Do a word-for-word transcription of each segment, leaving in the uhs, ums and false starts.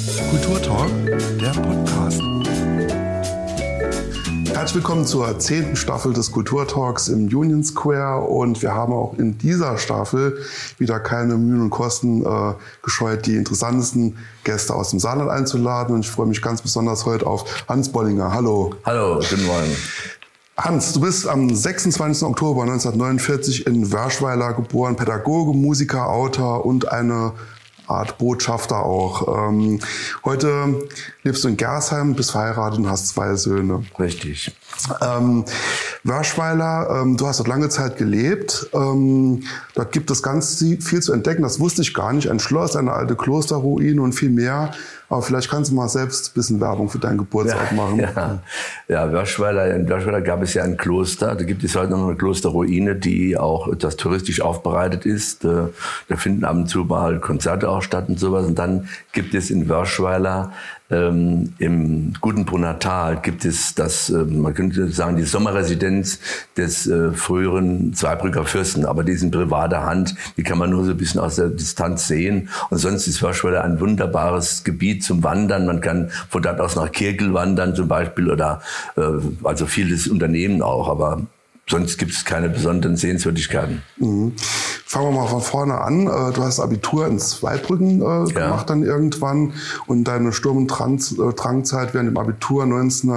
Kulturtalk, der Podcast. Herzlich willkommen zur zehnten Staffel des Kulturtalks im Union Square und wir haben auch in dieser Staffel wieder keine Mühen und Kosten äh, gescheut, die interessantesten Gäste aus dem Saarland einzuladen und ich freue mich ganz besonders heute auf Hans Bollinger. Hallo. Hallo, guten Morgen. Hans, du bist am sechsundzwanzigsten Oktober neunzehnhundertneunundvierzig in Wörschweiler geboren, Pädagoge, Musiker, Autor und eine Art Botschafter auch. Ähm, heute lebst du in Gersheim, bist verheiratet und hast zwei Söhne. Richtig. Ähm, Wörschweiler, ähm, du hast dort lange Zeit gelebt. Ähm, dort gibt es ganz viel zu entdecken, das wusste ich gar nicht. Ein Schloss, eine alte Klosterruine und viel mehr. Aber vielleicht kannst du mal selbst ein bisschen Werbung für deinen Geburtsort ja, machen. Ja, ja Wörschweiler, in Wörschweiler gab es ja ein Kloster. Da gibt es heute noch eine Klosterruine, die auch etwas touristisch aufbereitet ist. Da finden ab und zu mal Konzerte auch statt und sowas. Und dann gibt es in Wörschweiler Ähm, im Gutenbrunner Tal gibt es das, äh, man könnte sagen, die Sommerresidenz des äh, früheren Zweibrücker Fürsten, aber die ist in privater Hand, die kann man nur so ein bisschen aus der Distanz sehen. Und sonst ist Wörschweiler ein wunderbares Gebiet zum Wandern. Man kann von dort aus nach Kirkel wandern zum Beispiel oder äh, also vieles Unternehmen auch, aber sonst gibt es keine besonderen Sehenswürdigkeiten. Mhm. Fangen wir mal von vorne an. Du hast Abitur in Zweibrücken äh, gemacht ja. dann irgendwann und deine Sturm- und Drangzeit während dem Abitur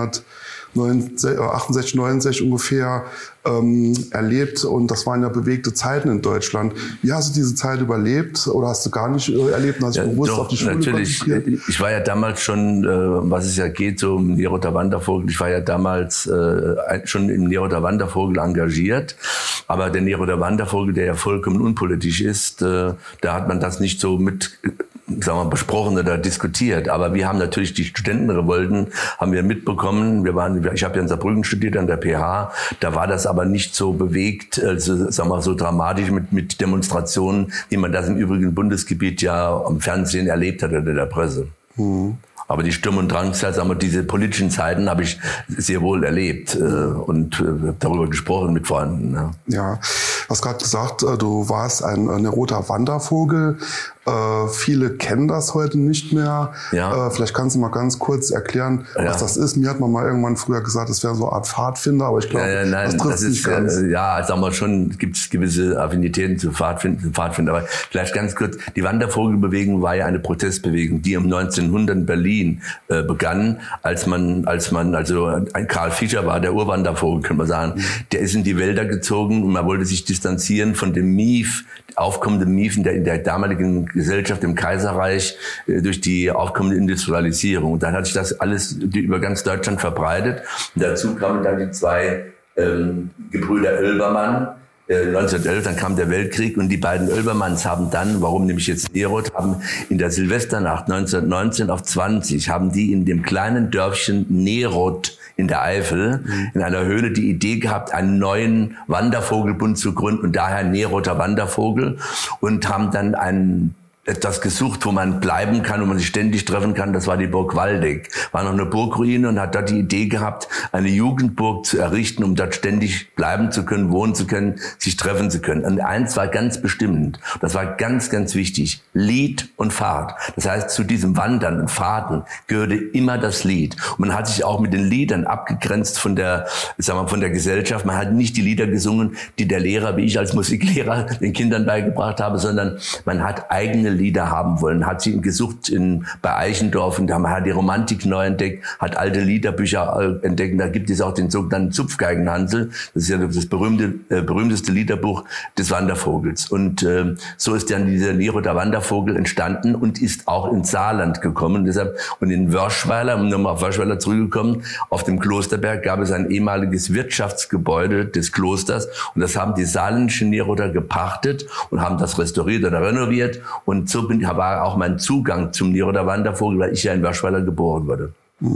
neunzehnhundertachtundsechzig, neunundsechzig ungefähr ähm, erlebt und das waren ja bewegte Zeiten in Deutschland. Wie hast du diese Zeit überlebt oder hast du gar nicht äh, erlebt und hast dich ja, bewusst doch, auf die Schule natürlich. konzentriert? Ich war ja damals schon, äh, was es ja geht, so im Neroter Wandervogel, ich war ja damals äh, schon im Neroter Wandervogel engagiert, aber der Neroter Wandervogel, der ja vollkommen unpolitisch ist, äh, da hat man das nicht so mit, sagen wir, besprochen oder diskutiert. Aber wir haben natürlich die Studentenrevolten haben wir mitbekommen. Wir waren, ich habe ja in Saarbrücken studiert an der P H. Da war das aber nicht so bewegt, also sagen wir so dramatisch mit mit Demonstrationen, wie man das im übrigen Bundesgebiet ja am Fernsehen erlebt hat oder in der Presse. Mhm. Aber die Sturm- und Drangzeit, sagen wir, diese politischen Zeiten habe ich sehr wohl erlebt äh, und äh, darüber gesprochen mit Freunden. Ja, ja. Du hast gerade gesagt, du warst ein, ein roter Wandervogel. Äh, viele kennen das heute nicht mehr. Ja. Äh, vielleicht kannst du mal ganz kurz erklären, ja. was das ist. Mir hat man mal irgendwann früher gesagt, das wäre so eine Art Pfadfinder, aber ich glaube, ja, ja, das trifft nicht ganz. Äh, ja, sagen wir schon, gibt es gewisse Affinitäten zu Pfadfinden, Pfadfinder. Aber vielleicht ganz kurz, die Wandervogelbewegung war ja eine Protestbewegung, die um neunzehnhundert in Berlin äh, begann, als man, als man, also ein Karl Fischer war der Urwandervogel, kann man sagen. Mhm. Der ist in die Wälder gezogen und man wollte sich distanzieren von dem Mief, aufkommenden Mief in der, in der damaligen Gesellschaft im Kaiserreich äh, durch die aufkommende Industrialisierung. Und dann hat sich das alles die, über ganz Deutschland verbreitet. Und dazu kamen dann die zwei ähm, Gebrüder Oelbermann, äh, neunzehnhundertelf, dann kam der Weltkrieg und die beiden Oelbermanns haben dann, warum nämlich jetzt Neroth, haben in der Silvesternacht neunzehnhundertneunzehn auf zwanzig, haben die in dem kleinen Dörfchen Neroth in der Eifel, mhm. in einer Höhle die Idee gehabt, einen neuen Wandervogelbund zu gründen und daher Nerother Wandervogel und haben dann einen etwas gesucht, wo man bleiben kann, wo man sich ständig treffen kann. Das war die Burg Waldeck. War noch eine Burgruine und hat dort die Idee gehabt, eine Jugendburg zu errichten, um dort ständig bleiben zu können, wohnen zu können, sich treffen zu können. Und eins war ganz bestimmend. Das war ganz, ganz wichtig. Lied und Fahrt. Das heißt, zu diesem Wandern und Fahrten gehörte immer das Lied. Und man hat sich auch mit den Liedern abgegrenzt von der, sagen wir, von der Gesellschaft. Man hat nicht die Lieder gesungen, die der Lehrer, wie ich als Musiklehrer, den Kindern beigebracht habe, sondern man hat eigene Lieder haben wollen, hat sie gesucht in, bei Eichendorff und man hat die Romantik neu entdeckt, hat alte Liederbücher entdeckt. Da gibt es auch den sogenannten Zupfgeigenhansel. Das ist ja das berühmte, äh, berühmteste Liederbuch des Wandervogels. Und äh, so ist dann dieser Nerother Wandervogel entstanden und ist auch ins Saarland gekommen. Deshalb, und in Wörschweiler, um nochmal auf Wörschweiler zurückgekommen, auf dem Klosterberg gab es ein ehemaliges Wirtschaftsgebäude des Klosters und das haben die saarländischen Nerother gepachtet und haben das restauriert oder renoviert und so bin, war auch mein Zugang zum Nerother Wandervogel, weil ich ja in Wörschweiler geboren wurde.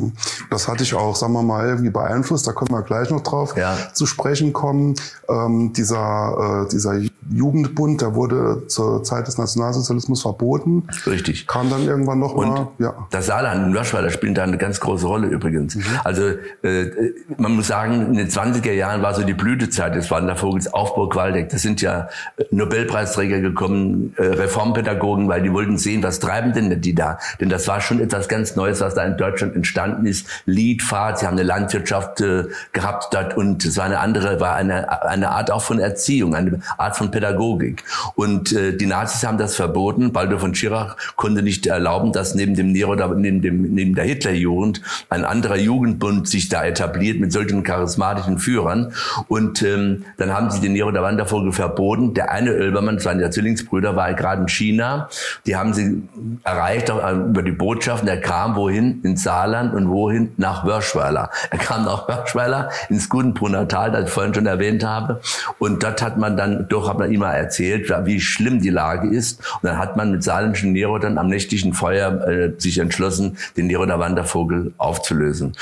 Das hatte ich auch, sagen wir mal, irgendwie beeinflusst. Da können wir gleich noch drauf ja. zu sprechen kommen. Ähm, dieser, äh, dieser Jugendbund, der wurde zur Zeit des Nationalsozialismus verboten. Richtig. Kam dann irgendwann noch und mal, ja. Das Saarland und Wörschweiler spielen da eine ganz große Rolle übrigens. Mhm. Also äh, man muss sagen, in den zwanziger Jahren war so die Blütezeit des Wandervogels auf Burg Waldeck. Das sind ja Nobelpreisträger gekommen, äh, Reformpädagogen, weil die wollten sehen, was treiben denn die da? Denn das war schon etwas ganz Neues, was da in Deutschland entstanden ist. Liedfahrt, sie haben eine Landwirtschaft äh, gehabt dort und es war eine andere, war eine eine Art auch von Erziehung, eine Art von Pädagogik. Und äh, die Nazis haben das verboten. Baldur von Schirach konnte nicht erlauben, dass neben dem Nero, neben dem neben der Hitlerjugend ein anderer Jugendbund sich da etabliert mit solchen charismatischen Führern. Und ähm, dann haben sie den Nero der Wandervogel verboten. Der eine Oelbermann, das waren ja Zwillingsbrüder, war gerade in China. Die haben sie erreicht auch über die Botschaft. Er kam wohin? Ins Saarland und wohin? Nach Wörschweiler. Er kam nach Wörschweiler ins Gudenbrunner Tal, das ich vorhin schon erwähnt habe. Und dort hat man dann, doch hat man ihm mal erzählt, wie schlimm die Lage ist. Und dann hat man mit saarländischen Nerotern am nächtlichen Feuer äh, sich entschlossen, den Neroter Wandervogel aufzulösen.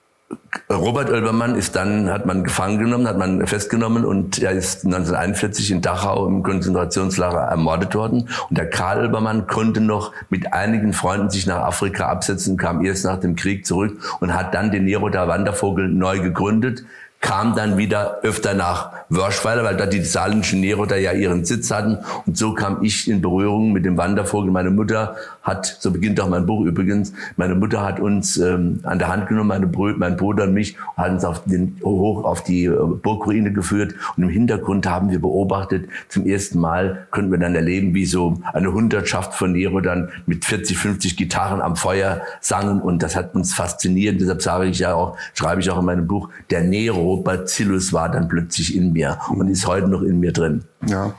Robert Oelbermann ist dann, hat man gefangen genommen, hat man festgenommen und er ist neunzehnhunderteinundvierzig in Dachau im Konzentrationslager ermordet worden. Und der Karl Oelbermann konnte noch mit einigen Freunden sich nach Afrika absetzen, kam erst nach dem Krieg zurück und hat dann den Neroter Wandervogel neu gegründet, kam dann wieder öfter nach Wörschweiler, weil da die saarländischen Neroter ja ihren Sitz hatten. Und so kam ich in Berührung mit dem Wandervogel. Meine Mutter hat, so beginnt auch mein Buch übrigens, meine Mutter hat uns ähm, an der Hand genommen, meine Brü mein Bruder und mich, hat uns auf den, hoch auf die äh, Burgruine geführt. Und im Hintergrund haben wir beobachtet, zum ersten Mal konnten wir dann erleben, wie so eine Hundertschaft von Nerotern mit vierzig, fünfzig Gitarren am Feuer sangen. Und das hat uns fasziniert. Deshalb sage ich ja auch, schreibe ich auch in meinem Buch, der Nero Bacillus war dann plötzlich in mir und ist heute noch in mir drin. Ja,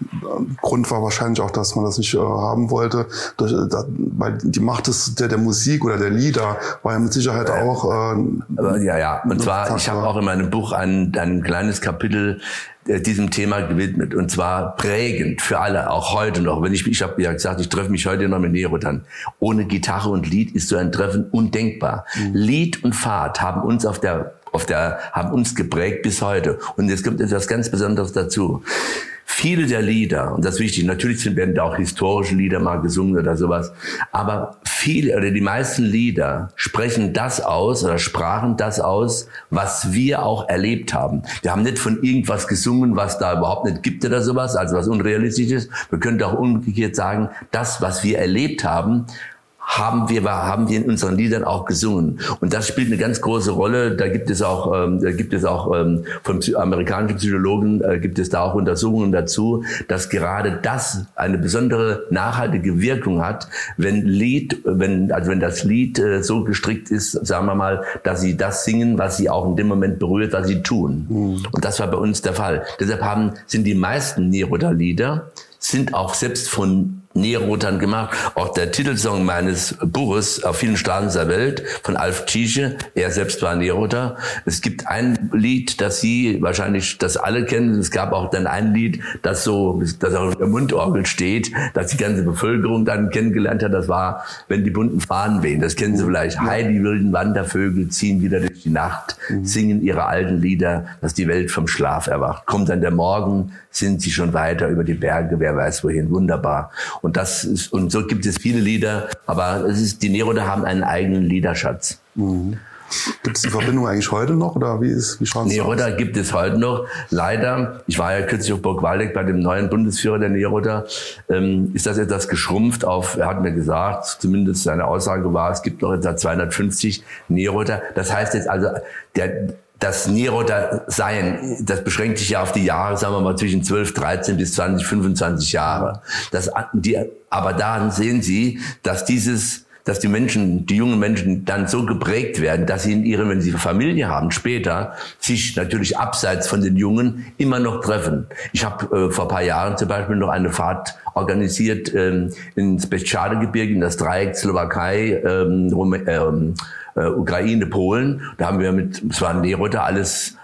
Grund war wahrscheinlich auch, dass man das nicht äh, haben wollte, durch, da, weil die Macht des, der, der Musik oder der Lieder war ja mit Sicherheit äh, auch... Äh, ja, ja, und zwar, ich habe auch in meinem Buch ein, ein kleines Kapitel äh, diesem Thema gewidmet und zwar prägend für alle, auch heute noch. Wenn ich, ich habe ja gesagt, ich treffe mich heute noch mit Nerotern. Ohne Gitarre und Lied ist so ein Treffen undenkbar. Mhm. Lied und Fahrt haben uns auf der auf der, haben uns geprägt bis heute. Und jetzt kommt etwas ganz Besonderes dazu. Viele der Lieder, und das ist wichtig, natürlich werden da auch historische Lieder mal gesungen oder sowas, aber viele oder die meisten Lieder sprechen das aus oder sprachen das aus, was wir auch erlebt haben. Wir haben nicht von irgendwas gesungen, was da überhaupt nicht gibt oder sowas, also was unrealistisch ist. Wir können auch umgekehrt sagen, das, was wir erlebt haben, haben wir haben wir in unseren Liedern auch gesungen und das spielt eine ganz große Rolle. Da gibt es auch ähm, da gibt es auch ähm, von amerikanischen Psychologen äh, gibt es da auch Untersuchungen dazu, dass gerade das eine besondere nachhaltige Wirkung hat, wenn Lied wenn also wenn das Lied äh, so gestrickt ist, sagen wir mal, dass sie das singen, was sie auch in dem Moment berührt, was sie tun. Mhm. Und das war bei uns der Fall. Deshalb haben sind die meisten Neroter Lieder sind auch selbst von Nerotern gemacht. Auch der Titelsong meines Buches Auf vielen Straßen der Welt von Alf Tschiesche, er selbst war Neroter. Es gibt ein Lied, das Sie wahrscheinlich das alle kennen. Es gab auch dann ein Lied, das so, das auf der Mundorgel steht, das die ganze Bevölkerung dann kennengelernt hat. Das war, wenn die bunten Fahnen wehen. Das kennen Sie vielleicht. Hei, die wilden Wandervögel ziehen wieder durch die Nacht, singen ihre alten Lieder, dass die Welt vom Schlaf erwacht. Kommt dann der Morgen, sind sie schon weiter über die Berge, wer weiß wohin. Wunderbar. Und das ist, und so gibt es viele Lieder, aber es ist, die Neroter haben einen eigenen Liederschatz. Mhm. Gibt es die Verbindung eigentlich heute noch oder wie ist, wie schaut es aus? Neroter gibt es heute noch. Leider, ich war ja kürzlich auf Burg Waldeck bei dem neuen Bundesführer der Neroter, ähm, ist das etwas geschrumpft auf, er hat mir gesagt, zumindest seine Aussage war, es gibt noch etwa zweihundertfünfzig Neroter. Das heißt jetzt also, der, das Neroter Sein, das beschränkt sich ja auf die Jahre, sagen wir mal, zwischen zwölf, dreizehn bis zwanzig, fünfundzwanzig Jahre. Das, die, aber da sehen Sie, dass dieses, dass die Menschen, die jungen Menschen dann so geprägt werden, dass sie in ihren, wenn sie Familie haben, später sich natürlich abseits von den Jungen immer noch treffen. Ich habe äh, vor ein paar Jahren zum Beispiel noch eine Fahrt organisiert ähm, ins Bestschade-Gebirge, in das Dreieck Slowakei, ähm, ähm, äh, Ukraine, Polen. Da haben wir mit, es waren Neroter, alles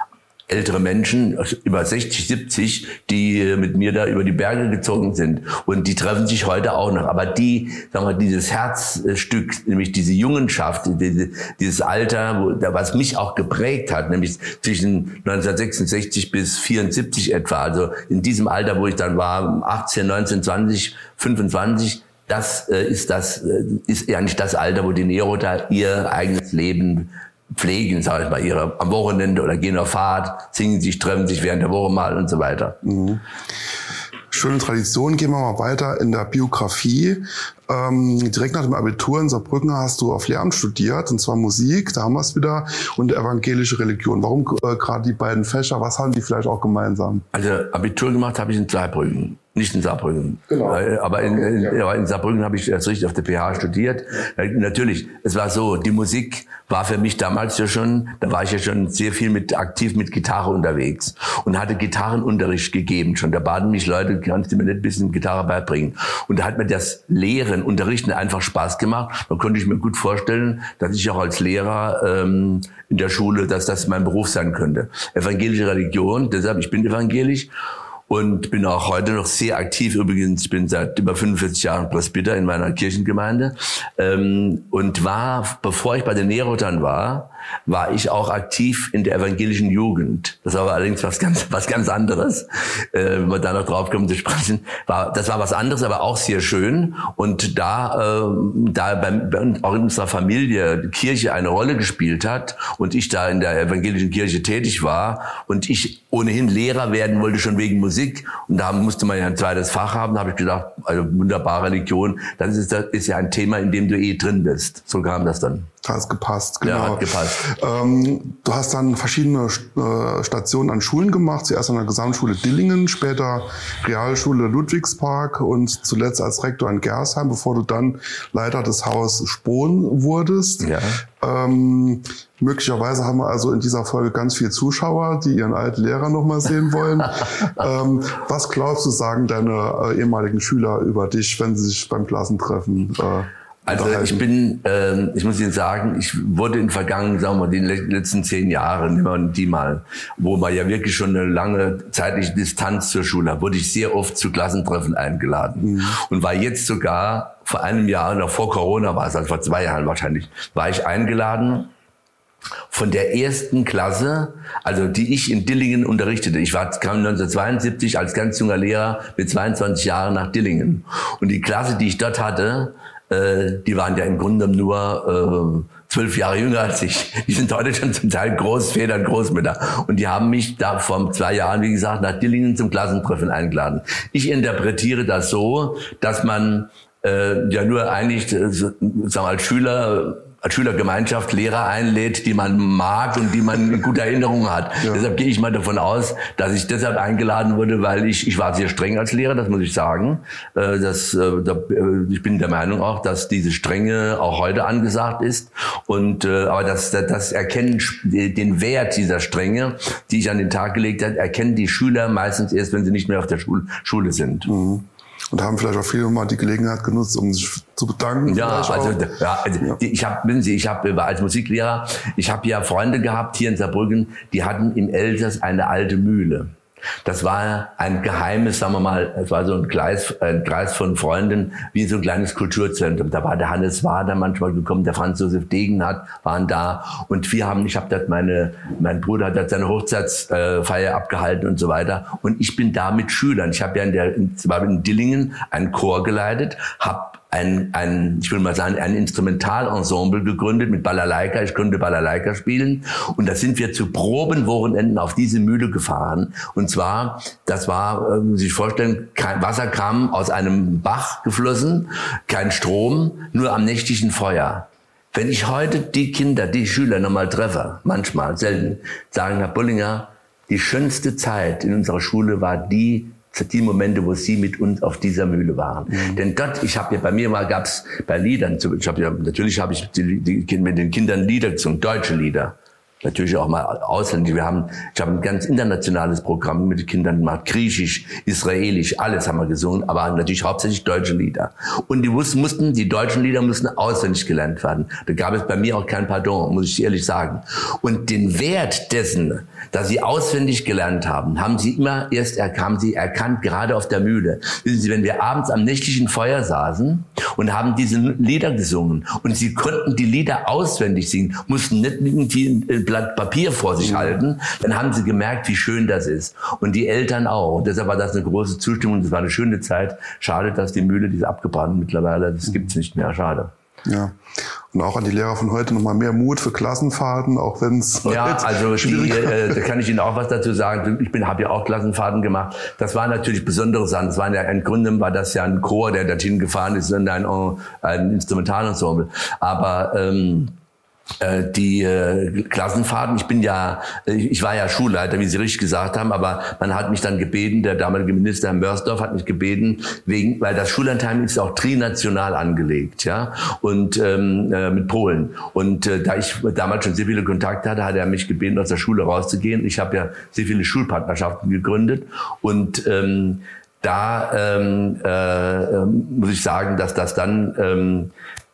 ältere Menschen, über sechzig, siebzig, die mit mir da über die Berge gezogen sind. Und die treffen sich heute auch noch. Aber die, sagen wir, dieses Herzstück, nämlich diese Jungenschaft, diese, dieses Alter, wo, was mich auch geprägt hat, nämlich zwischen neunzehnhundertsechsundsechzig bis vierundsiebzig etwa, also in diesem Alter, wo ich dann war, achtzehn, neunzehn, zwanzig, fünfundzwanzig, das äh, ist das, äh, ist eigentlich das Alter, wo die Neroter ihr eigenes Leben pflegen, sage ich mal, ihre am Wochenende oder gehen auf Fahrt, singen sich, treffen sich während der Woche mal und so weiter. Mhm. Schöne Tradition. Gehen wir mal weiter in der Biografie. Ähm, direkt nach dem Abitur in Saarbrücken hast du auf Lehramt studiert, und zwar Musik, da haben wir es wieder, und evangelische Religion. Warum äh, gerade die beiden Fächer? Was haben die vielleicht auch gemeinsam? Also Abitur gemacht habe ich in Saarbrücken. Nicht in Saarbrücken. Genau. Aber in, in, ja. in Saarbrücken habe ich erst richtig auf der P H studiert. Natürlich, es war so, die Musik war für mich damals ja schon, da war ich ja schon sehr viel mit aktiv mit Gitarre unterwegs und hatte Gitarrenunterricht gegeben schon. Da baten mich Leute, kannst du mir nicht ein bisschen Gitarre beibringen? Und da hat mir das Lehren, Unterrichten einfach Spaß gemacht. Da konnte ich mir gut vorstellen, dass ich auch als Lehrer ähm, in der Schule, dass das mein Beruf sein könnte. Evangelische Religion, deshalb, ich bin evangelisch. Und bin auch heute noch sehr aktiv. Übrigens, ich bin seit über fünfundvierzig Jahren Presbyter in meiner Kirchengemeinde. Ähm, und war, bevor ich bei den Nerotern war, war ich auch aktiv in der evangelischen Jugend. Das war aber allerdings was ganz, was ganz anderes. Äh, wenn wir da noch drauf kommen zu sprechen. War, das war was anderes, aber auch sehr schön. Und da, äh, da bei, bei uns auch in unserer Familie die Kirche eine Rolle gespielt hat und ich da in der evangelischen Kirche tätig war und ich ohnehin Lehrer werden wollte, schon wegen Musik. Und da musste man ja ein zweites Fach haben. Da habe ich gedacht, also wunderbare Religion, das ist, das ist ja ein Thema, in dem du eh drin bist. So kam das dann. Hat gepasst, genau. Ja, hat gepasst. Ähm, du hast dann verschiedene äh, Stationen an Schulen gemacht. Zuerst an der Gesamtschule Dillingen, später Realschule Ludwigspark und zuletzt als Rektor in Gersheim, bevor du dann Leiter des Hauses Spohn wurdest. Ja. Ähm, möglicherweise haben wir also in dieser Folge ganz viele Zuschauer, die ihren alten Lehrer nochmal sehen wollen. ähm, was glaubst du, sagen deine äh, ehemaligen Schüler über dich, wenn sie sich beim Klassentreffen äh, Also ich bin, äh, ich muss Ihnen sagen, ich wurde in vergangenen, sagen wir mal, den letzten zehn Jahren, nehmen wir die mal, wo man ja wirklich schon eine lange zeitliche Distanz zur Schule hat, wurde ich sehr oft zu Klassentreffen eingeladen. Mhm. Und war jetzt sogar vor einem Jahr, noch vor Corona war es, also vor zwei Jahren wahrscheinlich, war ich eingeladen von der ersten Klasse, also die ich in Dillingen unterrichtete. Ich war, kam neunzehnhundertzweiundsiebzig als ganz junger Lehrer mit zweiundzwanzig Jahren nach Dillingen. Und die Klasse, die ich dort hatte, die waren ja im Grunde nur äh, zwölf Jahre jünger als ich. Die sind heute schon zum Teil Großväter und Großmütter. Und die haben mich da vor zwei Jahren, wie gesagt, nach Dillingen zum Klassentreffen eingeladen. Ich interpretiere das so, dass man äh, ja nur eigentlich, äh, sagen wir, als Schüler als Schülergemeinschaft Lehrer einlädt, die man mag und die man in guter Erinnerung hat. Ja. Deshalb gehe ich mal davon aus, dass ich deshalb eingeladen wurde, weil ich ich war sehr streng als Lehrer, das muss ich sagen. Das, ich bin der Meinung auch, dass diese Strenge auch heute angesagt ist. Und aber das, das Erkennen, den Wert dieser Strenge, die ich an den Tag gelegt habe, erkennen die Schüler meistens erst, wenn sie nicht mehr auf der Schule sind. Mhm. Und haben vielleicht auch viele mal die Gelegenheit genutzt, um sich zu bedanken. Ja, also, ja, also ja. ich habe, wissen Sie, ich habe als Musiklehrer, ich habe ja Freunde gehabt hier in Saarbrücken, die hatten im Elsass eine alte Mühle. Das war ein geheimes, sagen wir mal, es war so ein Kreis, ein Kreis von Freunden, wie so ein kleines Kulturzentrum. Da war der Hannes Wader manchmal gekommen, der Franz Josef Degenhardt waren da. Und wir haben, ich habe dort meine, mein Bruder hat dort seine Hochzeitsfeier abgehalten und so weiter. Und ich bin da mit Schülern. Ich habe ja in der, war in Dillingen einen Chor geleitet, habe ein, ein, ich will mal sagen, ein Instrumentalensemble gegründet mit Balalaika. Ich konnte Balalaika spielen. Und da sind wir zu Probenwochenenden auf diese Mühle gefahren. Und zwar, das war, muss ich sich vorstellen, kein Wasser kam aus einem Bach geflossen, kein Strom, nur am nächtlichen Feuer. Wenn ich heute die Kinder, die Schüler nochmal treffe, manchmal, selten, sagen, Herr Bullinger, die schönste Zeit in unserer Schule war die, die Momente, wo Sie mit uns auf dieser Mühle waren. Mhm. Denn dort, ich habe ja, bei mir mal gab's bei Liedern, ich habe ja, natürlich habe ich die, die, mit den Kindern Lieder gesungen, deutsche Lieder. natürlich auch mal ausländisch. Wir haben, ich habe ein ganz internationales Programm mit den Kindern gemacht, Griechisch, Israelisch, alles haben wir gesungen, aber natürlich hauptsächlich deutsche Lieder. Und die mussten, die deutschen Lieder mussten auswendig gelernt werden. Da gab es bei mir auch kein Pardon, muss ich ehrlich sagen. Und den Wert dessen, dass sie auswendig gelernt haben, haben sie immer erst haben sie erkannt, gerade auf der Mühle. Wissen Sie, wenn wir abends am nächtlichen Feuer saßen und haben diese Lieder gesungen und sie konnten die Lieder auswendig singen, mussten nicht irgendwie ein Blatt Papier vor sich halten, dann haben sie gemerkt, wie schön das ist. Und die Eltern auch. Und deshalb war das eine große Zustimmung. Das war eine schöne Zeit. Schade, dass die Mühle, die ist abgebrannt mittlerweile, das gibt's nicht mehr. Schade. Ja. Und auch an die Lehrer von heute nochmal mehr Mut für Klassenfahrten, auch wenn es ja, also die, äh, da kann ich Ihnen auch was dazu sagen. Ich bin, habe ja auch Klassenfahrten gemacht. Das war natürlich besondere Sachen. Das waren ja im Grunde war das ja ein Chor, der dorthin gefahren ist, und ein, ein Instrumentalensemble. Aber ähm, die äh, Klassenfahrten, ich bin ja, ich war ja Schulleiter, wie Sie richtig gesagt haben, aber man hat mich dann gebeten, der damalige Minister Herr Mörsdorf hat mich gebeten, wegen, weil das Schullandheim ist auch trinational angelegt, ja, und ähm, äh, mit Polen. Und äh, da ich damals schon sehr viele Kontakte hatte, hat er mich gebeten, aus der Schule rauszugehen. Ich habe ja sehr viele Schulpartnerschaften gegründet und ähm, da ähm, äh, muss ich sagen, dass das dann ähm,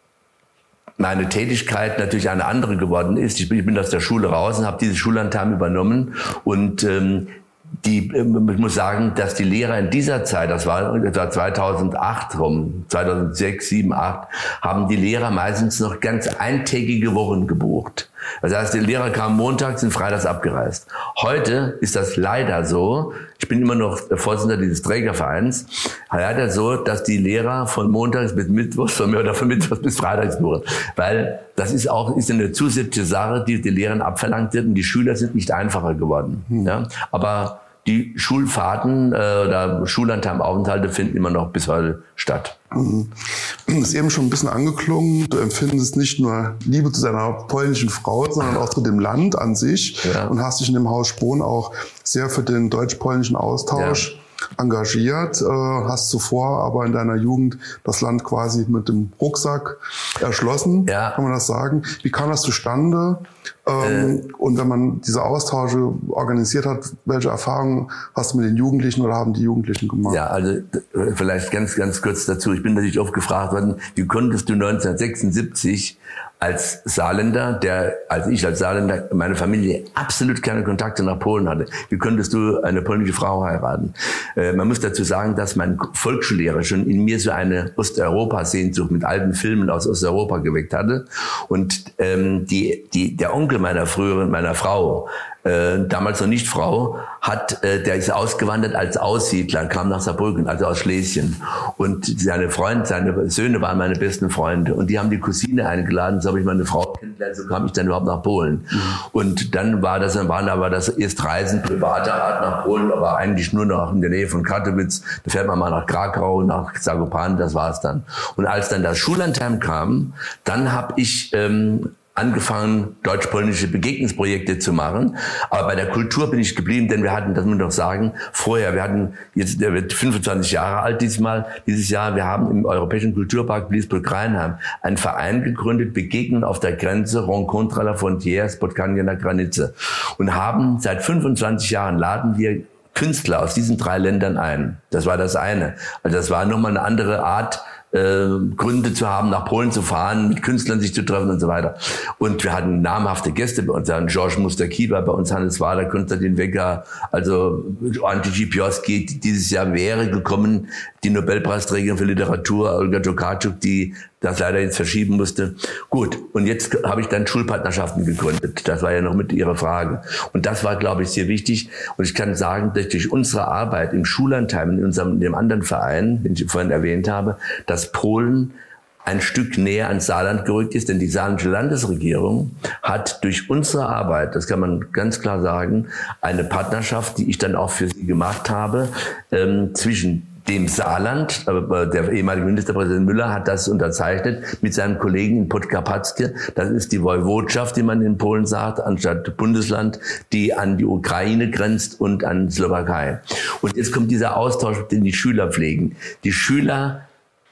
meine Tätigkeit natürlich eine andere geworden ist. Ich bin, ich bin aus der Schule raus und habe dieses Schullandheim übernommen. Und ähm, die, ich muss sagen, dass die Lehrer in dieser Zeit, das war etwa zweitausendacht rum, zweitausendsechs, sieben, acht, haben die Lehrer meistens noch ganz eintägige Wochen gebucht. Das heißt, die Lehrer kamen montags und freitags abgereist. Heute ist das leider so, ich bin immer noch Vorsitzender dieses Trägervereins, leider so, dass die Lehrer von montags bis mittwochs, von mir oder von mittwochs bis freitags buchen. Weil das ist auch ist eine zusätzliche Sache, die den Lehrern abverlangt wird, und die Schüler sind nicht einfacher geworden. Hm. Ja? Aber die Schulfahrten äh, oder Schullandheimaufenthalte finden immer noch bis heute statt. Das ist eben schon ein bisschen angeklungen. Du empfindest nicht nur Liebe zu deiner polnischen Frau, sondern auch zu dem Land an sich, ja, und hast dich in dem Haus Spohn auch sehr für den deutsch-polnischen Austausch, ja, engagiert, hast zuvor aber in deiner Jugend das Land quasi mit dem Rucksack erschlossen, ja, kann man das sagen. Wie kam das zustande? Ähm, äh, und wenn man diese Austausche organisiert hat, welche Erfahrungen hast du mit den Jugendlichen oder haben die Jugendlichen gemacht? Ja, also vielleicht ganz, ganz kurz dazu. Ich bin natürlich oft gefragt worden, wie konntest du neunzehnhundertsechsundsiebzig als Saarländer, der, als ich als Saarländer, meine Familie absolut keine Kontakte nach Polen hatte, wie konntest du eine polnische Frau heiraten? Äh, man muss dazu sagen, dass mein Volksschullehrer schon in mir so eine Osteuropa-Sehnsucht mit alten Filmen aus Osteuropa geweckt hatte. Und ähm, die, die, der Onkel meiner früheren, meiner Frau, äh, damals noch nicht Frau, hat, äh, der ist ausgewandert als Aussiedler, kam nach Saarbrücken, also aus Schlesien. Und seine Freunde, seine Söhne waren meine besten Freunde. Und die haben die Cousine eingeladen, so habe ich meine Frau kennengelernt, so kam ich dann überhaupt nach Polen. Mhm. Und dann war das, dann waren aber das erst Reisen privater Art nach Polen, aber eigentlich nur noch in der Nähe von Katowice. Da fährt man mal nach Krakau, nach Zakopane, das war's dann. Und als dann das Schullandheim kam, dann habe ich ähm, angefangen, deutsch-polnische Begegnungsprojekte zu machen. Aber bei der Kultur bin ich geblieben, denn wir hatten, das muss man doch sagen, vorher, wir hatten, jetzt, der wird fünfundzwanzig Jahre alt diesmal, dieses Jahr, wir haben im Europäischen Kulturpark Bliesburg-Rheinheim einen Verein gegründet, Begegnen auf der Grenze, Rencontre à la Frontière, Spotkanie na Granice. Und haben seit fünfundzwanzig Jahren, laden wir Künstler aus diesen drei Ländern ein. Das war das eine. Also das war nochmal eine andere Art, Äh, Gründe zu haben, nach Polen zu fahren, mit Künstlern sich zu treffen und so weiter. Und wir hatten namhafte Gäste bei uns, ja, Georges Mustakiba, bei uns Hannes Wader, Konstantin Wecker, also Antti Pioski. Dieses Jahr wäre gekommen die Nobelpreisträgerin für Literatur, Olga Tokarczuk, die das leider jetzt verschieben musste. Gut, und jetzt habe ich dann Schulpartnerschaften gegründet. Das war ja noch mit Ihrer Frage. Und das war, glaube ich, sehr wichtig. Und ich kann sagen, dass durch unsere Arbeit im Schullandheim, in unserem, in dem anderen Verein, den ich vorhin erwähnt habe, dass Polen ein Stück näher ans Saarland gerückt ist, denn die saarländische Landesregierung hat durch unsere Arbeit, das kann man ganz klar sagen, eine Partnerschaft, die ich dann auch für sie gemacht habe, ähm, zwischen dem Saarland, der ehemalige Ministerpräsident Müller hat das unterzeichnet mit seinem Kollegen in Podkarpackie. Das ist die Woiwodschaft, die man in Polen sagt, anstatt Bundesland, die an die Ukraine grenzt und an Slowakei. Und jetzt kommt dieser Austausch, den die Schüler pflegen. Die Schüler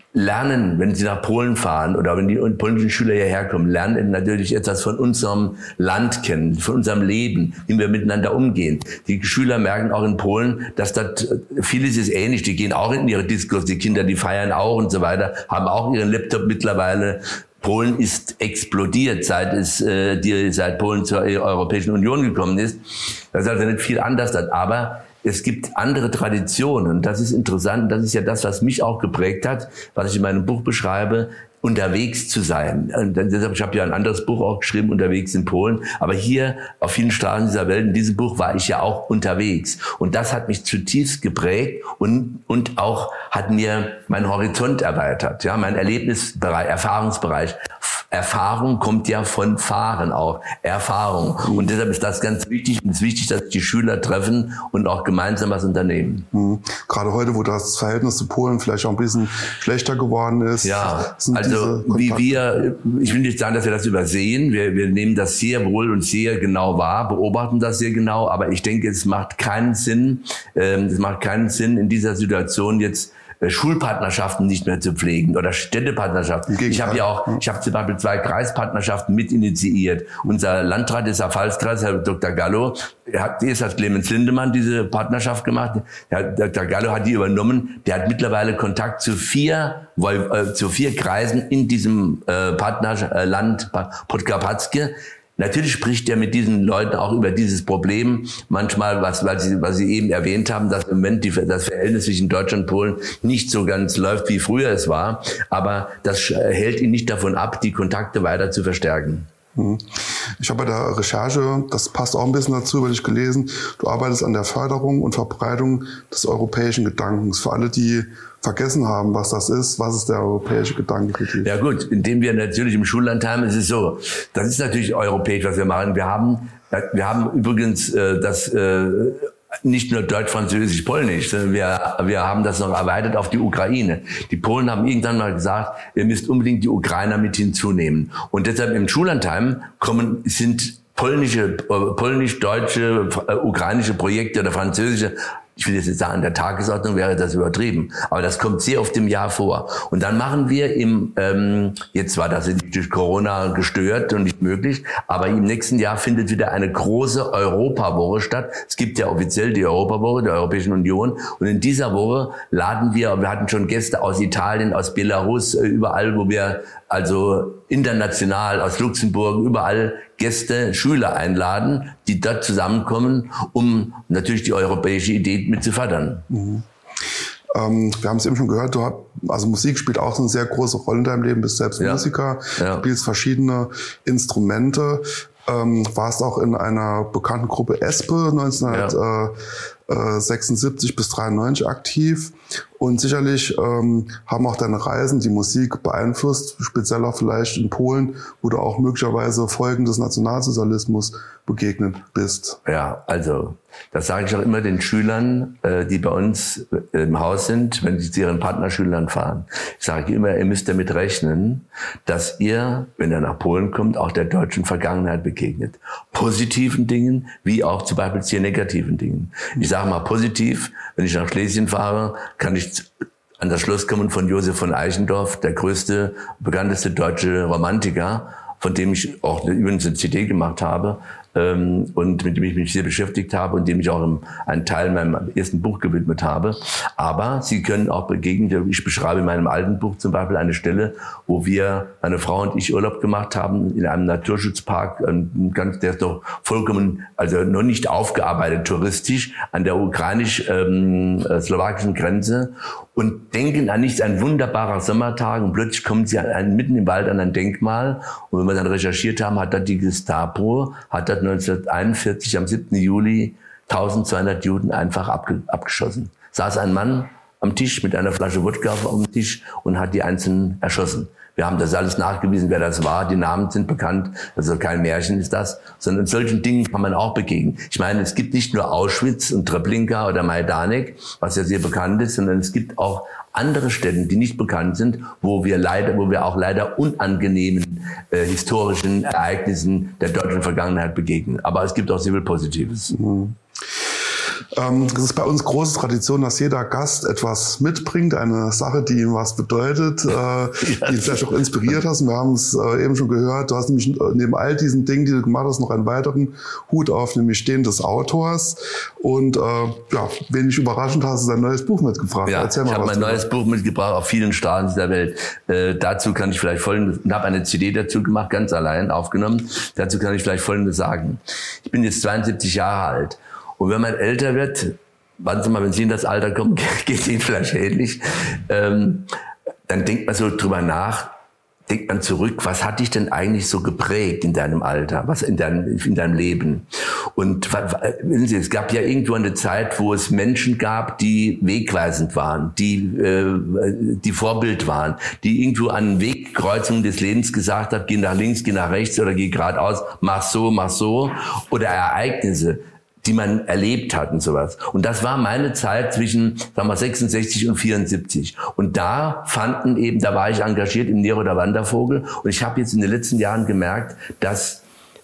lernen, wenn sie nach Polen fahren oder wenn die polnischen Schüler hierher kommen, lernen natürlich etwas von unserem Land kennen, von unserem Leben, wie wir miteinander umgehen. Die Schüler merken auch in Polen, dass das vieles ist ähnlich. Die gehen auch in ihre Discos, die Kinder, die feiern auch und so weiter, haben auch ihren Laptop mittlerweile. Polen ist explodiert, seit es äh, die, seit Polen zur Europäischen Union gekommen ist. Das ist also nicht viel anders, aber es gibt andere Traditionen und das ist interessant. Das ist ja das, was mich auch geprägt hat, was ich in meinem Buch beschreibe, unterwegs zu sein. Und deshalb, ich habe ja ein anderes Buch auch geschrieben, unterwegs in Polen. Aber hier auf vielen Straßen dieser Welt, in diesem Buch war ich ja auch unterwegs. Und das hat mich zutiefst geprägt und, und auch hat mir meinen Horizont erweitert, ja, mein Erlebnisbereich, Erfahrungsbereich. Erfahrung kommt ja von Fahren auch. Erfahrung. Und deshalb ist das ganz wichtig. Und es ist wichtig, dass die Schüler treffen und auch gemeinsam was unternehmen. Mhm. Gerade heute, wo das Verhältnis zu Polen vielleicht auch ein bisschen schlechter geworden ist. Ja, also wie wir, ich will nicht sagen, dass wir das übersehen. Wir, wir nehmen das sehr wohl und sehr genau wahr, beobachten das sehr genau. Aber ich denke, es macht keinen Sinn, äh, es macht keinen Sinn, in dieser Situation jetzt Schulpartnerschaften nicht mehr zu pflegen oder Städtepartnerschaften. Ich habe ja auch, ich habe zum Beispiel zwei Kreispartnerschaften mit initiiert. Unser Landrat des Pfalzkreises, Herr Doktor Gallo, hat, erst hat Clemens Lindemann diese Partnerschaft gemacht. Herr Doktor Gallo hat die übernommen. Der hat mittlerweile Kontakt zu vier, äh, zu vier Kreisen in diesem äh, Partnerland Podkarpackie. Natürlich spricht er mit diesen Leuten auch über dieses Problem. Manchmal, was, was, Sie, was Sie eben erwähnt haben, dass im Moment die, das Verhältnis zwischen Deutschland und Polen nicht so ganz läuft, wie früher es war. Aber das hält ihn nicht davon ab, die Kontakte weiter zu verstärken. Ich habe bei der Recherche, das passt auch ein bisschen dazu, weil ich gelesen, du arbeitest an der Förderung und Verbreitung des europäischen Gedankens. Für alle, die vergessen haben, was das ist, was ist der europäische Gedanke? Ja gut, indem wir natürlich im Schullandheim, ist es so, das ist natürlich europäisch, was wir machen. Wir haben, wir haben übrigens äh, das äh, nicht nur Deutsch, Französisch, Polnisch, sondern wir, wir haben das noch erweitert auf die Ukraine. Die Polen haben irgendwann mal gesagt, ihr müsst unbedingt die Ukrainer mit hinzunehmen. Und deshalb im Schullandheim kommen, sind polnische, polnisch-deutsche, ukrainische Projekte oder französische, ich will jetzt nicht sagen, an der Tagesordnung wäre das übertrieben, aber das kommt sehr oft im Jahr vor. Und dann machen wir im, ähm, jetzt war das durch Corona gestört und nicht möglich, aber im nächsten Jahr findet wieder eine große Europawoche statt. Es gibt ja offiziell die Europawoche der Europäischen Union und in dieser Woche laden wir, wir hatten schon Gäste aus Italien, aus Belarus, überall, wo wir also international, aus Luxemburg, überall Gäste, Schüler einladen, die dort zusammenkommen, um natürlich die europäische Idee mit zu fördern. Mhm. Ähm, wir haben es eben schon gehört, du hast, also Musik spielt auch so eine sehr große Rolle in deinem Leben, bist selbst ja. Musiker, ja. spielst verschiedene Instrumente, ähm, warst auch in einer bekannten Gruppe Espe neunzehnhundertsechsundsiebzig ja. bis dreiundneunzig aktiv. Und sicherlich ähm, haben auch deine Reisen die Musik beeinflusst, speziell auch vielleicht in Polen, wo du auch möglicherweise Folgen des Nationalsozialismus begegnet bist. Ja, also das sage ich auch immer den Schülern, äh, die bei uns im Haus sind, wenn sie zu ihren Partnerschülern fahren. Ich sage immer, ihr müsst damit rechnen, dass ihr, wenn ihr nach Polen kommt, auch der deutschen Vergangenheit begegnet. Positiven Dingen, wie auch zum Beispiel sehr negativen Dingen. Ich sage mal positiv, wenn ich nach Schlesien fahre, kann ich an das Schloss kommen von Josef von Eichendorff, der größte, bekannteste deutsche Romantiker, von dem ich auch übrigens eine C D gemacht habe ähm, und mit dem ich mich sehr beschäftigt habe und dem ich auch im, einen Teil meinem ersten Buch gewidmet habe. Aber Sie können auch begegnen, ich beschreibe in meinem alten Buch zum Beispiel eine Stelle, wo wir, meine Frau und ich, Urlaub gemacht haben in einem Naturschutzpark, ganz, der ist doch vollkommen, also noch nicht aufgearbeitet touristisch, an der ukrainisch-slowakischen ähm, Grenze und denken an nichts, ein wunderbarer Sommertag und plötzlich kommen Sie an, mitten im Wald an ein Denkmal und wenn wir dann recherchiert haben, hat dort die Gestapo, hat dort neunzehnhunderteinundvierzig am siebten Juli eintausendzweihundert Juden einfach abge, abgeschossen. Saß ein Mann am Tisch mit einer Flasche Wodka auf dem Tisch und hat die Einzelnen erschossen. Wir haben das alles nachgewiesen, wer das war. Die Namen sind bekannt. Also kein Märchen ist das, sondern solchen Dingen kann man auch begegnen. Ich meine, es gibt nicht nur Auschwitz und Treblinka oder Majdanek, was ja sehr bekannt ist, sondern es gibt auch andere Städte, die nicht bekannt sind, wo wir leider, wo wir auch leider unangenehmen äh, historischen Ereignissen der deutschen Vergangenheit begegnen. Aber es gibt auch sehr viel Positives. Mhm. Ähm, es ist bei uns große Tradition, dass jeder Gast etwas mitbringt, eine Sache, die ihm was bedeutet, äh, ja, die ihn vielleicht auch inspiriert hat. Wir haben es äh, eben schon gehört, du hast nämlich neben all diesen Dingen, die du gemacht hast, noch einen weiteren Hut auf, nämlich den des Autors. Und äh, ja, wenig überraschend hast du dein neues Buch mitgebracht. Ja, Erzähl mal, ich habe mein drüber. neues Buch mitgebracht auf vielen Straßen dieser Welt. Äh, dazu kann ich vielleicht folgendes, ich habe eine C D dazu gemacht, ganz allein aufgenommen. Dazu kann ich vielleicht Folgendes sagen. Ich bin jetzt zweiundsiebzig Jahre alt. Und wenn man älter wird, warten Sie mal, wenn Sie in das Alter kommen, geht Ihnen vielleicht ähnlich, ähm, dann denkt man so drüber nach, denkt man zurück, was hat dich denn eigentlich so geprägt in deinem Alter, was in deinem, in deinem Leben? Und wissen Sie, es gab ja irgendwo eine Zeit, wo es Menschen gab, die wegweisend waren, die, äh, die Vorbild waren, die irgendwo an Wegkreuzungen des Lebens gesagt hat, geh nach links, geh nach rechts oder geh geradeaus, mach so, mach so, oder Ereignisse, die man erlebt hat und sowas. Und das war meine Zeit zwischen, sagen wir, sechsundsechzig und vierundsiebzig. Und da fanden eben, da war ich engagiert im Nero der Wandervogel. Und ich habe jetzt in den letzten Jahren gemerkt, dass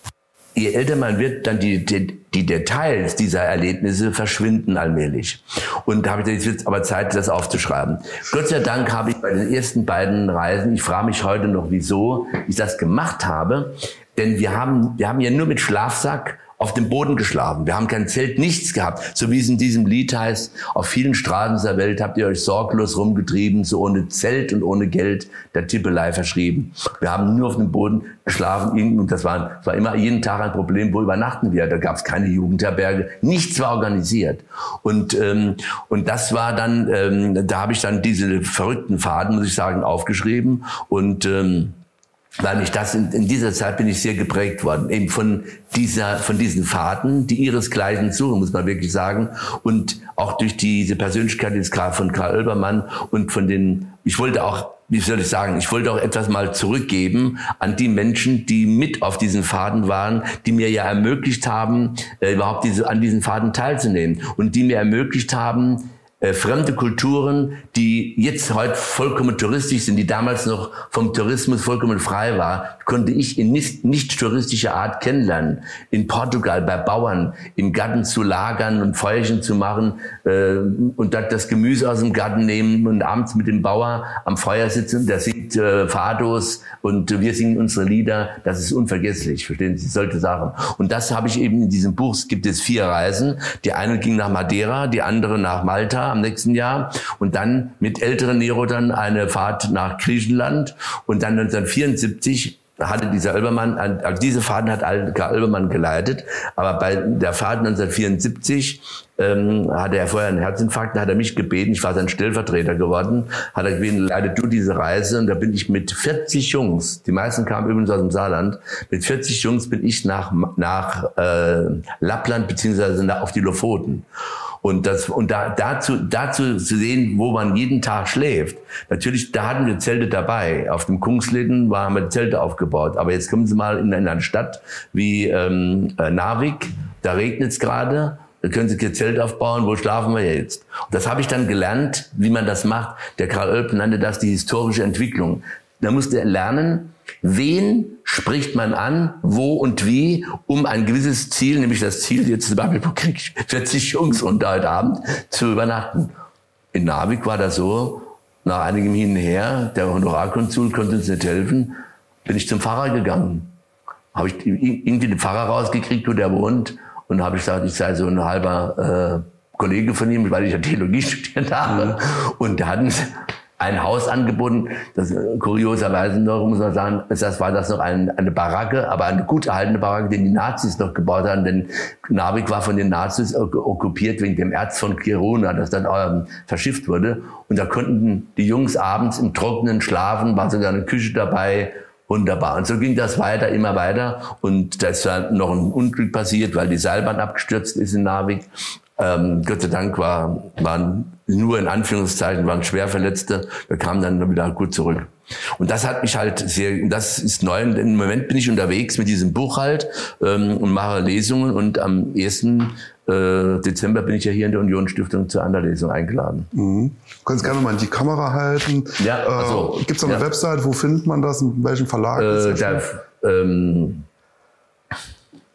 je älter man wird, dann die, die, die Details dieser Erlebnisse verschwinden allmählich. Und da habe ich jetzt wird aber Zeit, das aufzuschreiben. Gott sei Dank habe ich bei den ersten beiden Reisen, ich frage mich heute noch, wieso ich das gemacht habe, denn wir haben, wir haben ja nur mit Schlafsack auf dem Boden geschlafen. Wir haben kein Zelt, nichts gehabt. So wie es in diesem Lied heißt, auf vielen Straßen der Welt habt ihr euch sorglos rumgetrieben, so ohne Zelt und ohne Geld der Tippelei verschrieben. Wir haben nur auf dem Boden geschlafen und das war, das war immer jeden Tag ein Problem, wo übernachten wir. Da gab es keine Jugendherberge, nichts war organisiert. Und, ähm, und das war dann, ähm, da habe ich dann diese verrückten Faden, muss ich sagen, aufgeschrieben und ähm, weil ich das in, in dieser Zeit bin ich sehr geprägt worden, eben von dieser, von diesen Fahrten, die ihresgleichen suchen, muss man wirklich sagen, und auch durch diese Persönlichkeit jetzt gerade von Karl Oelbermann und von den, ich wollte auch, wie soll ich sagen, ich wollte auch etwas mal zurückgeben an die Menschen, die mit auf diesen Faden waren, die mir ja ermöglicht haben, äh, überhaupt diese, an diesen Faden teilzunehmen und die mir ermöglicht haben, fremde Kulturen, die jetzt heute vollkommen touristisch sind, die damals noch vom Tourismus vollkommen frei war, konnte ich in nicht, nicht touristischer Art kennenlernen. In Portugal bei Bauern im Garten zu lagern und Feuerchen zu machen äh, und das Gemüse aus dem Garten nehmen und abends mit dem Bauer am Feuer sitzen. Der singt äh, Fados und wir singen unsere Lieder. Das ist unvergesslich, verstehen Sie, solche Sachen. Und das habe ich eben in diesem Buch. Es gibt jetzt vier Reisen. Die eine ging nach Madeira, die andere nach Malta am nächsten Jahr und dann mit älteren Nero dann eine Fahrt nach Griechenland und dann neunzehnhundertvierundsiebzig hatte dieser Oelbermann, also diese Fahrten hat Karl Oelbermann geleitet, aber bei der Fahrt neunzehnhundertvierundsiebzig ähm, hatte er vorher einen Herzinfarkt, da hat er mich gebeten, ich war sein Stellvertreter geworden, hat er gebeten, leite du diese Reise und da bin ich mit vierzig Jungs, die meisten kamen übrigens aus dem Saarland, mit vierzig Jungs bin ich nach, nach äh, Lappland beziehungsweise auf die Lofoten. Und das, und da, dazu, dazu zu sehen, wo man jeden Tag schläft. Natürlich, da hatten wir Zelte dabei. Auf dem Kungsleden haben wir Zelte aufgebaut. Aber jetzt kommen Sie mal in, in eine Stadt wie ähm, Narvik. Da regnet es gerade. Da können Sie kein Zelt aufbauen. Wo schlafen wir jetzt? Und das habe ich dann gelernt, wie man das macht. Der Karl Oelpen nannte das die historische Entwicklung. Da musste er lernen, wen spricht man an, wo und wie, um ein gewisses Ziel, nämlich das Ziel, jetzt zum Beispiel kriege ich vierzig Jungs unter heute Abend, zu übernachten. In Narvik war das so, nach einigem Hin und Her, der Honorarkonsul konnte uns nicht helfen, bin ich zum Pfarrer gegangen. Habe ich irgendwie den Pfarrer rausgekriegt, wo der wohnt, und habe ich gesagt, ich sei so ein halber äh, Kollege von ihm, weil ich ja Theologie studiert habe. Mhm. Und da hatten ein Haus angeboten, das kurioserweise noch, muss man sagen, das war das noch ein, eine Baracke, aber eine gut erhaltene Baracke, die die Nazis noch gebaut haben, denn Narvik war von den Nazis okkupiert wegen dem Erz von Kiruna, das dann ähm, verschifft wurde. Und da konnten die Jungs abends im Trockenen schlafen, war sogar eine Küche dabei, wunderbar. Und so ging das weiter, immer weiter. Und da ist dann noch ein Unglück passiert, weil die Seilbahn abgestürzt ist in Narvik. Ähm, Gott sei Dank war, waren nur in Anführungszeichen, waren Schwerverletzte. Wir kamen dann wieder gut zurück. Und das hat mich halt sehr, das ist neu. Im Moment bin ich unterwegs mit diesem Buch halt ähm, und mache Lesungen. Und am ersten Äh, Dezember bin ich ja hier in der Union Stiftung zur Anderlesung eingeladen. Mhm. Du kannst gerne mal in die Kamera halten. Ja, also, äh, Gibt es eine ja. Website? Wo findet man das? In welchem Verlag? Äh, da, ähm,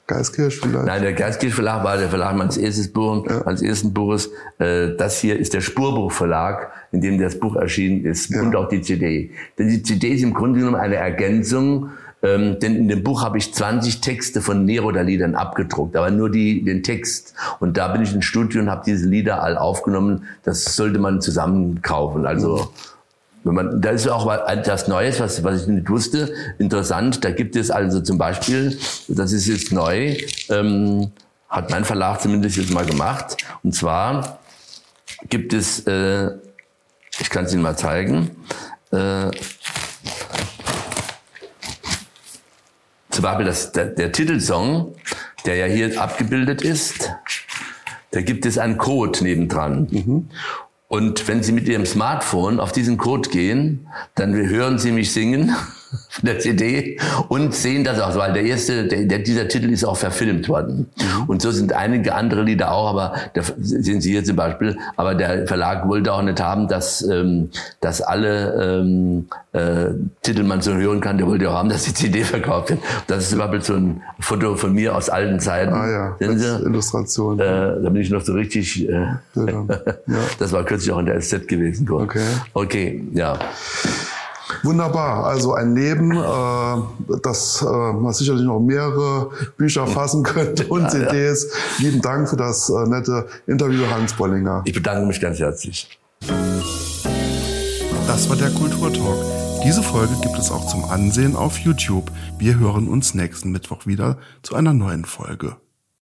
Geistkirch vielleicht? Nein, der Geistkirch Verlag war der Verlag meines ersten Buches. Ja. Meines ersten Buches. Äh, das hier ist der Spurbuch Verlag, in dem das Buch erschienen ist, ja. Und auch die C D. Denn die C D ist im Grunde genommen eine Ergänzung. Ähm, denn in dem Buch habe ich zwanzig Texte von Neruda-Liedern abgedruckt, aber nur die, den Text. Und da bin ich ins Studio und habe diese Lieder all aufgenommen. Das sollte man zusammen kaufen. Also, wenn man, da ist auch etwas Neues, was, was ich nicht wusste. Interessant. Da gibt es also zum Beispiel, das ist jetzt neu, ähm, hat mein Verlag zumindest jetzt mal gemacht. Und zwar gibt es, äh, ich kann es Ihnen mal zeigen, äh, zum Beispiel das, der, der Titelsong, der ja hier abgebildet ist, da gibt es einen Code nebendran. Mhm. Und wenn Sie mit Ihrem Smartphone auf diesen Code gehen, dann hören Sie mich singen von der C D und sehen das auch, weil der erste, der, der, dieser Titel ist auch verfilmt worden. Mhm. Und so sind einige andere Lieder auch, aber da sehen Sie hier zum Beispiel, aber der Verlag wollte auch nicht haben, dass, ähm, dass alle ähm, äh, Titel man so hören kann, der wollte auch haben, dass die C D verkauft wird. Das ist zum Beispiel so ein Foto von mir aus alten Zeiten. Ah ja, das ist Illustration. Äh, da bin ich noch so richtig, äh, ja, ja. Das war kürzlich auch in der S Z gewesen. Gut. Okay. Okay, ja. Wunderbar, also ein Leben, äh, das äh, man sicherlich noch mehrere Bücher fassen könnte und ja, C Ds. Ja. Lieben Dank für das äh, nette Interview, Hans Bollinger. Ich bedanke mich ganz herzlich. Das war der Kulturtalk. Diese Folge gibt es auch zum Ansehen auf YouTube. Wir hören uns nächsten Mittwoch wieder zu einer neuen Folge.